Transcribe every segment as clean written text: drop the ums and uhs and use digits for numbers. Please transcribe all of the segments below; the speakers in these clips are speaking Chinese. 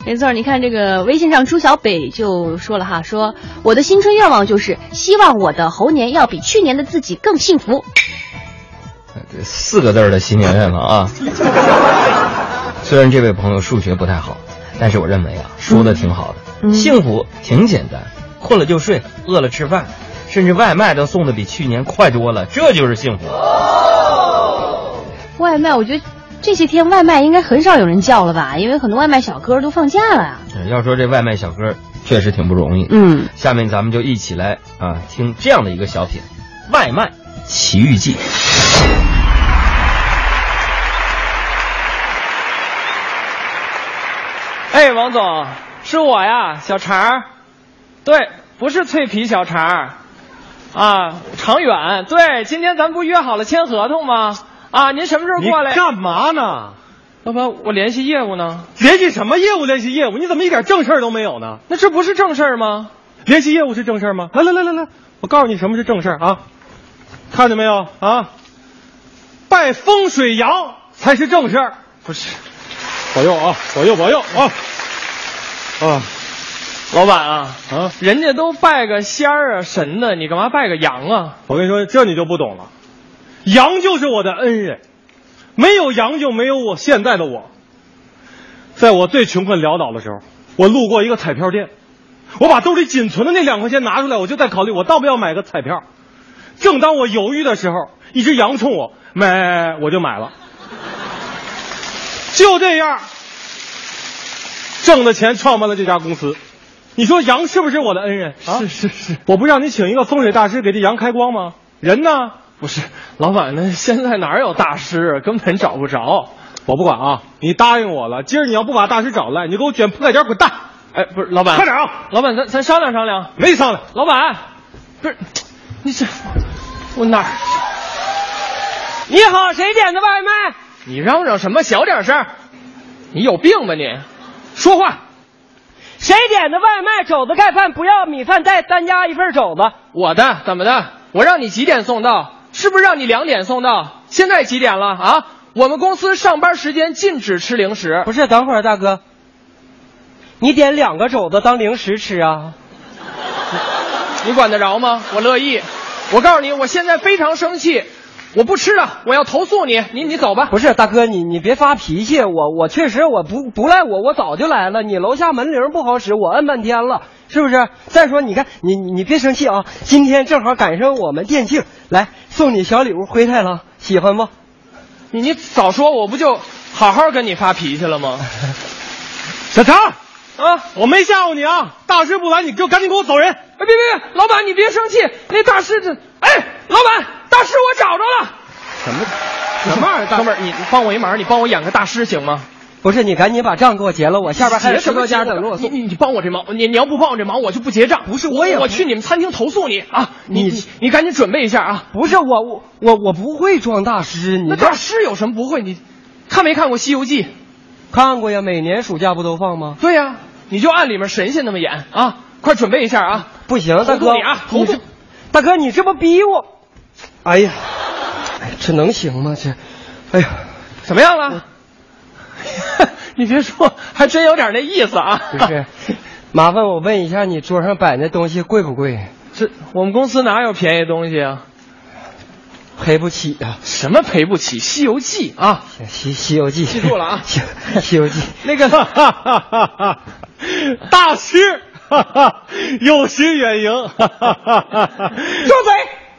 没错，你看这个微信上朱小北就说了哈，说我的新春愿望就是希望我的猴年要比去年的自己更幸福。 这4个字的新年愿望啊。虽然这位朋友数学不太好，但是我认为啊，说的挺好的。幸福挺简单，困了就睡，饿了吃饭，甚至外卖都送的比去年快多了，这就是幸福。 外卖，我觉得这些天外卖应该很少有人叫了吧，因为很多外卖小哥都放假了呀。 要说这外卖小哥确实挺不容易。下面咱们就一起来听这样的一个小品《外卖奇遇记》。 哎，王总，是我呀，小肠。对，不是脆皮小肠啊，长远。对，今天咱不约好了签合同吗？啊，您什么时候过来？ 你干嘛呢？ 老板，我联系业务呢。 联系什么业务？联系业务？你怎么一点正事儿都没有呢？ 那这不是正事儿吗？ 联系业务是正事儿吗？来，我告诉你什么是正事儿啊！看见没有啊？拜风水羊才是正事儿。 不是， 保佑啊！保佑啊！啊！ 老板啊，人家都拜个仙儿啊神的，你干嘛拜个羊啊？ 我跟你说，这你就不懂了。羊就是我的恩人，没有羊就没有我现在的我。在我最穷困潦倒的时候，我路过一个彩票店，我把兜里仅存的那2块钱拿出来，我就在考虑我到不要买个彩票。正当我犹豫的时候，一只羊冲我我就买了。就这样，挣的钱创办了这家公司。你说羊是不是我的恩人啊？ 是， 我不让你请一个风水大师给这羊开光吗？人呢？ 不是，老板，那现在哪有大师，根本找不着。 我不管啊，你答应我了，今儿你要不把大师找来，你给我卷铺盖卷滚蛋！ 哎，不是，老板， 快点啊！ 老板，咱商量商量。 没商量。 老板，不是，你这我哪儿？你好，谁点的外卖？你嚷嚷什么？小点声！你有病吧你？说话。谁点的外卖？肘子盖饭不要，米饭再单加一份肘子。我的，怎么的？我让你几点送到？是不是让你2点送到？现在几点了啊？我们公司上班时间禁止吃零食。 不是，等会儿大哥，你点2个肘子当零食吃啊？ 你管得着吗？我乐意。我告诉你，我现在非常生气，我不吃了，我要投诉你。你走吧。 不是大哥，你别发脾气，我确实我不赖我早就来了，你楼下门铃不好使，我摁半天了，是不是？再说你看你别生气啊，今天正好赶上我们店庆，来送你小礼物回来了，喜欢不？ 你早说，我不就好好跟你发脾气了吗？ 小常啊，我没吓唬你啊，大师不来你就赶紧给我走人。 哎，别，老板你别生气，那大师老板，大师我找着了。什么玩意儿？哥们儿，你帮我一忙，你帮我演个大师行吗？ 不是，你赶紧把账给我结了，我下边还有10多家等着我送。 你帮我这忙，你要不帮我这忙，我就不结账。 不是，我去你们餐厅投诉你啊！你赶紧准备一下啊！ 不是我不会装大师， 那大师有什么不会？你看没看过《西游记》？ 看过呀，每年暑假不都放吗？ 对呀，你就按里面神仙那么演啊！快准备一下啊！ 不行，大哥， 投诉大哥，你这不逼我？哎呀，这能行吗？这，哎呀， 怎么样了？你别说，还真有点那意思啊！ 不是，麻烦我问一下，你桌上摆那东西贵不贵？ 这我们公司哪有便宜东西啊？ 赔不起啊！ 什么赔不起？《西游记》啊， 西游记， 记住了啊！ 西游记那个大师有失远迎。 住嘴！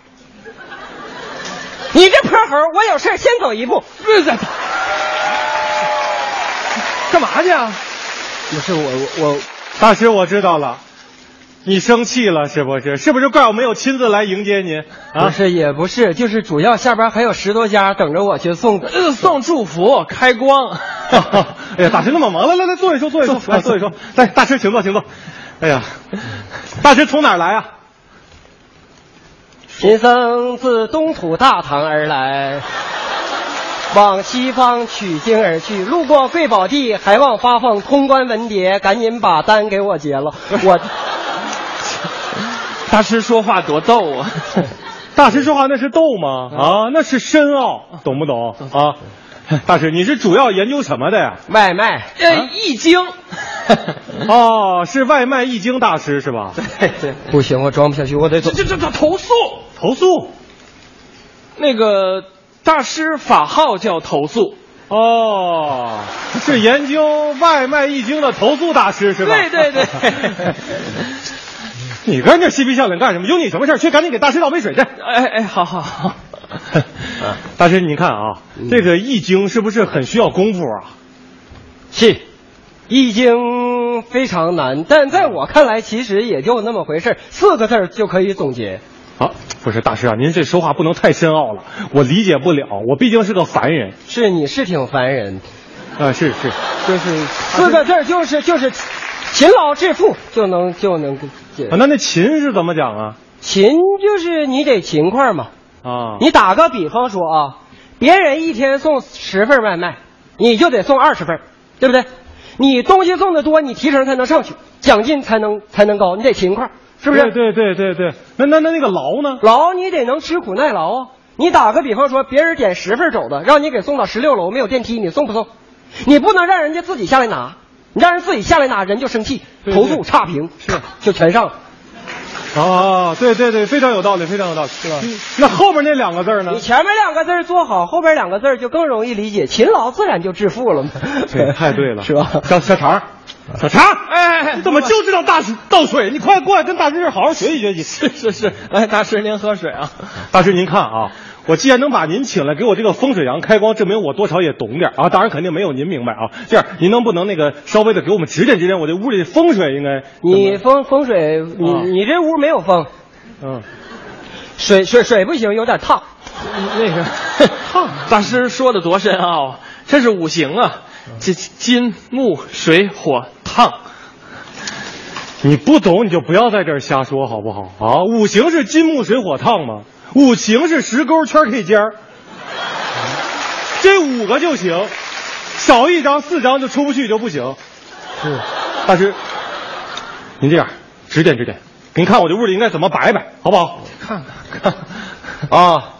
你这泼猴，我有事先走一步。 干嘛去啊？ 不是我， 大师我知道了，你生气了是不是？是不是怪我没有亲自来迎接您？啊， 不是也不是，就是主要下边还有10多家等着我去送祝福开光。 哎呀，大师那么忙，来坐一坐，来坐一坐。来，大师请坐。哎呀，大师从哪儿来啊？ 贫僧自东土大唐而来，往西方取经而去，路过贵宝地，还望发放通关文牒，赶紧把单给我结了。 大师说话多逗啊！ 大师说话那是逗吗？啊，那是深奥，懂不懂啊？ 大师，你是主要研究什么的呀？ 外卖。 易经。 哦，是外卖易经大师是吧？ 对，不行，我装不下去，我得走。 这投诉。 投诉？ 那个大师法号叫投诉。 哦，是研究外卖易经的投诉大师是吧？ 对。 你跟这嬉皮笑脸干什么？有你什么事？去赶紧给大师倒杯水去。 好。 大师，您看啊，这个易经是不是很需要功夫啊？ 是，易经非常难，但在我看来，其实也就那么回事，4个字就可以总结。 啊，不是大师啊，您这说话不能太深奥了，我理解不了，我毕竟是个凡人。 是，你是挺烦人。 是， 就是4个字就是勤劳致富就能那勤是怎么讲啊？ 勤就是你得勤快嘛。 啊， 你打个比方说啊，别人一天送10份外卖，你就得送20份，对不对？你东西送的多，你提成才能上去，奖金才能高，你得勤快，是不是？ 对。那个劳呢？ 劳你得能吃苦耐劳啊。你打个比方说，别人点10份肘子，让你给送到16楼，没有电梯，你送不送？你不能让人家自己下来拿，你让人自己下来拿，人就生气，投诉差评， 是就全上了。 啊，对，非常有道理，是吧？那后面那2个字呢？ 你前面2个字做好，后边2个字就更容易理解，勤劳自然就致富了嘛。 对，太对了， 是吧？ 小肠，你怎么就知道大师倒水？你快过来跟大师好好学习学习。 是，来，大师您喝水啊。 大师您看啊，我既然能把您请来给我这个风水阳开光，证明我多少也懂点啊。当然肯定没有您明白啊。这样您能不能稍微的给我们指点指点，我这屋里风水应该？ 你风水，你这屋没有风。水不行，有点烫。 那个烫，大师说的多深奥，这是5行啊，金木水火烫。 你不懂你就不要在这儿瞎说好不好啊？5行是金木水火烫吗？5行是10勾圈 K 尖儿，这5个就行，少1张4张就出不去就不行。大师，您这样指点指点，您看我这屋里应该怎么摆摆，好不好？ 看啊，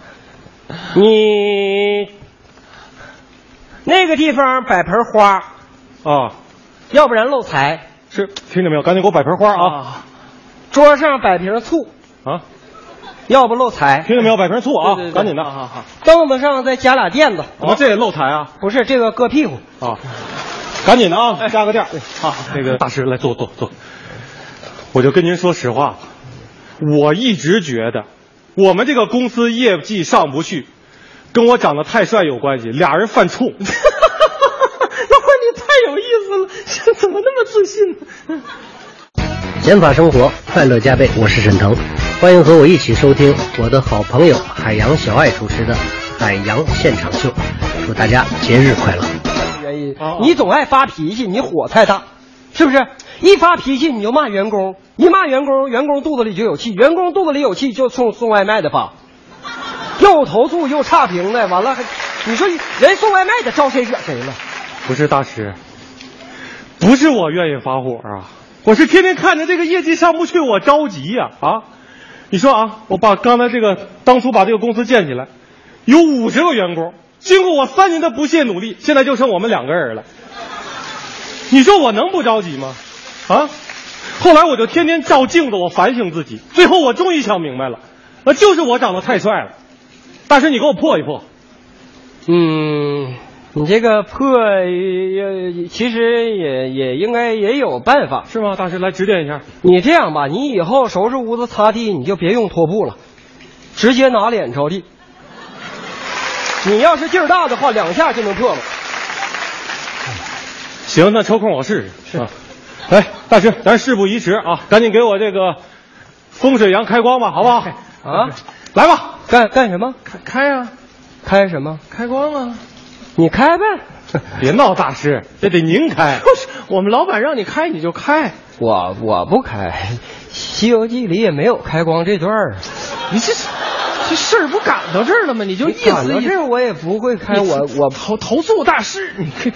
你那个地方摆盆花啊， 要不然漏财。 是，听见没有？赶紧给我摆盆花啊！ 桌上摆瓶醋啊， 要不漏财。 听见没有？摆瓶醋啊， 对赶紧的。 好。 凳子上再加俩垫子。 怎么这也漏财啊？ 不是，这个硌屁股啊。赶紧的啊，加个垫。好，那个大师来坐。我就跟您说实话，我一直觉得我们这个公司业绩上不去，跟我长得太帅有关系。俩人犯冲。 老板，你太有意思了，怎么那么自信呢？ 减法生活，快乐加倍。我是沈腾，欢迎和我一起收听我的好朋友海洋小爱主持的海洋现场秀。祝大家节日快乐。 原因，你总爱发脾气，你火太大，是不是？一发脾气你就骂员工，一骂员工，员工肚子里就有气，员工肚子里有气就送外卖的发，又投诉又差评的，完了你说人送外卖的招谁惹谁了？ 不是大师，不是我愿意发火啊，我是天天看着这个业绩上不去，我着急呀你说啊，我刚才当初把这个公司建起来，有50个员工，经过我3年的不懈努力，现在就剩我们2个人了。你说我能不着急吗？后来我就天天照镜子，我反省自己，最后我终于想明白了，就是我长得太帅了。大师，你给我破一破。 你这个破其实也应该也有办法， 是吗？大师来指点一下。 你这样吧，你以后收拾屋子擦地，你就别用拖布了，直接拿脸着地。你要是劲儿大的话，2下就能破了。 行，那抽空我试试。是。来，大师，咱事不宜迟啊，赶紧给我这个风水阳开光吧，好不好？来吧， 干什么？ 开啊！ 开什么？ 开光啊！ 你开呗。 别闹，大师，这得您开。 不是，我们老板让你开你就开。 我不开，《西游记》里也没有开光这段儿。 你这事儿不赶到这儿了吗？你就意思赶到这儿我也不会开，我投诉大师，你这个。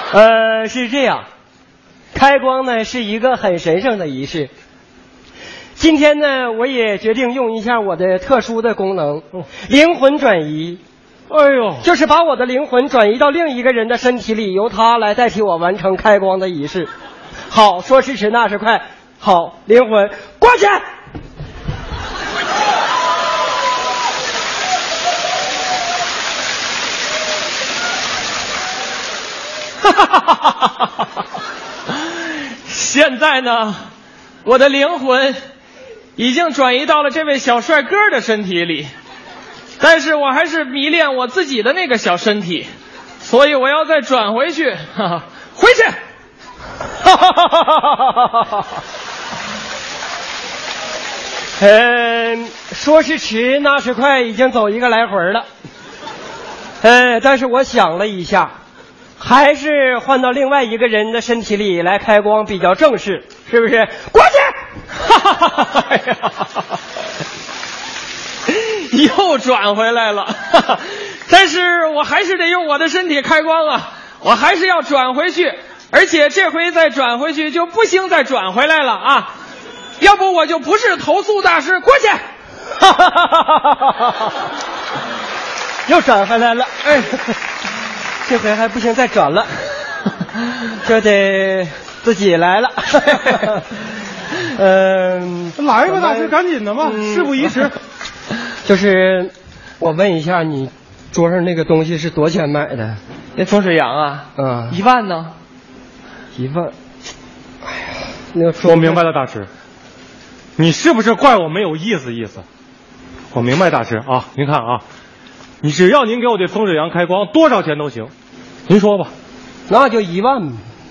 是这样，开光呢是一个很神圣的仪式。 今天呢，我也决定用一下我的特殊的功能，灵魂转移。 哎呦， 就是把我的灵魂转移到另一个人的身体里，由他来代替我完成开光的仪式。好，说时迟那时快，好，灵魂过去。 现在呢，我的灵魂已经转移到了这位小帅哥的身体里，但是我还是迷恋我自己的那个小身体，所以我要再转回去，回去。 说时迟那时快，已经走一个来回了。但是我想了一下，还是换到另外一个人的身体里来开光比较正式，是不是？过去！又转回来了，但是我还是得用我的身体开光啊！我还是要转回去，而且这回再转回去就不兴再转回来了啊！要不我就不是投诉大师，过去！ 又转回来了，哎，这回还不行，再转了，就得自己来了。 来吧，大师，赶紧的吧，事不宜迟。 就是我问一下，你桌上那个东西是多少钱买的？ 那风水羊啊，1万呢 ？1万。哎呀，那个我明白了，大师，你是不是怪我没有意思？我明白，大师啊，您看啊，你只要您给我这风水羊开光，多少钱都行，您说吧。 那就1万。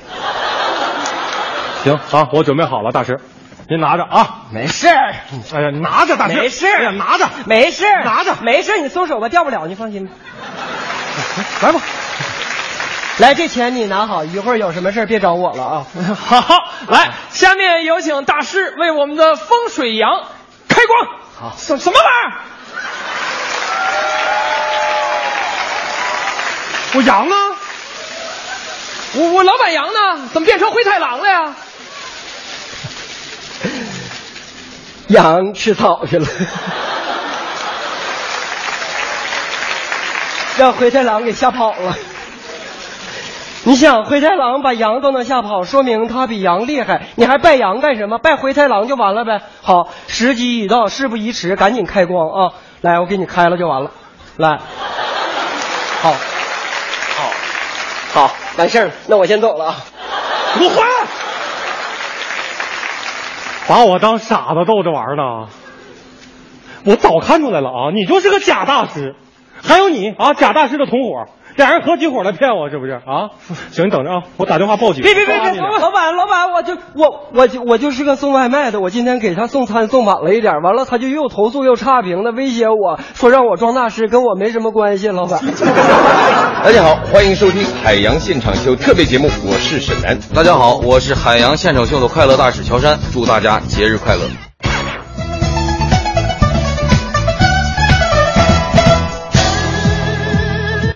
行啊，我准备好了，大师，您拿着啊。 没事。 哎呀，拿着，大师。 没事。 哎呀，拿着。 没事。 拿着。 没事，你松手吧，掉不了，你放心吧。 来吧。 来，这钱你拿好，一会儿有什么事别找我了啊。 好，来，下面有请大师为我们的风水羊开光。 好， 什么玩意儿？ 我羊呢？ 我老板羊呢？怎么变成灰太狼了呀？ 羊吃草去了，让灰太狼给吓跑了。你想，灰太狼把羊都能吓跑，说明他比羊厉害，你还拜羊干什么？拜灰太狼就完了呗。好，时机已到，事不宜迟，赶紧开光啊！来，我给你开了就完了。来，好，完事儿，那我先走了啊。 给我回来！把我当傻子逗着玩呢？我早看出来了啊，你就是个假大师，还有你啊，假大师的同伙。俩人合起伙来骗我，是不是啊？行，你等着啊，我打电话报警。 别，老板，我就是个送外卖的，我今天给他送餐送晚了一点，完了他就又投诉又差评的威胁我说让我装大师，跟我没什么关系，老板。 大家好，欢迎收听海洋现场秀特别节目，我是沈南。 大家好，我是海洋现场秀的快乐大使乔杉，祝大家节日快乐。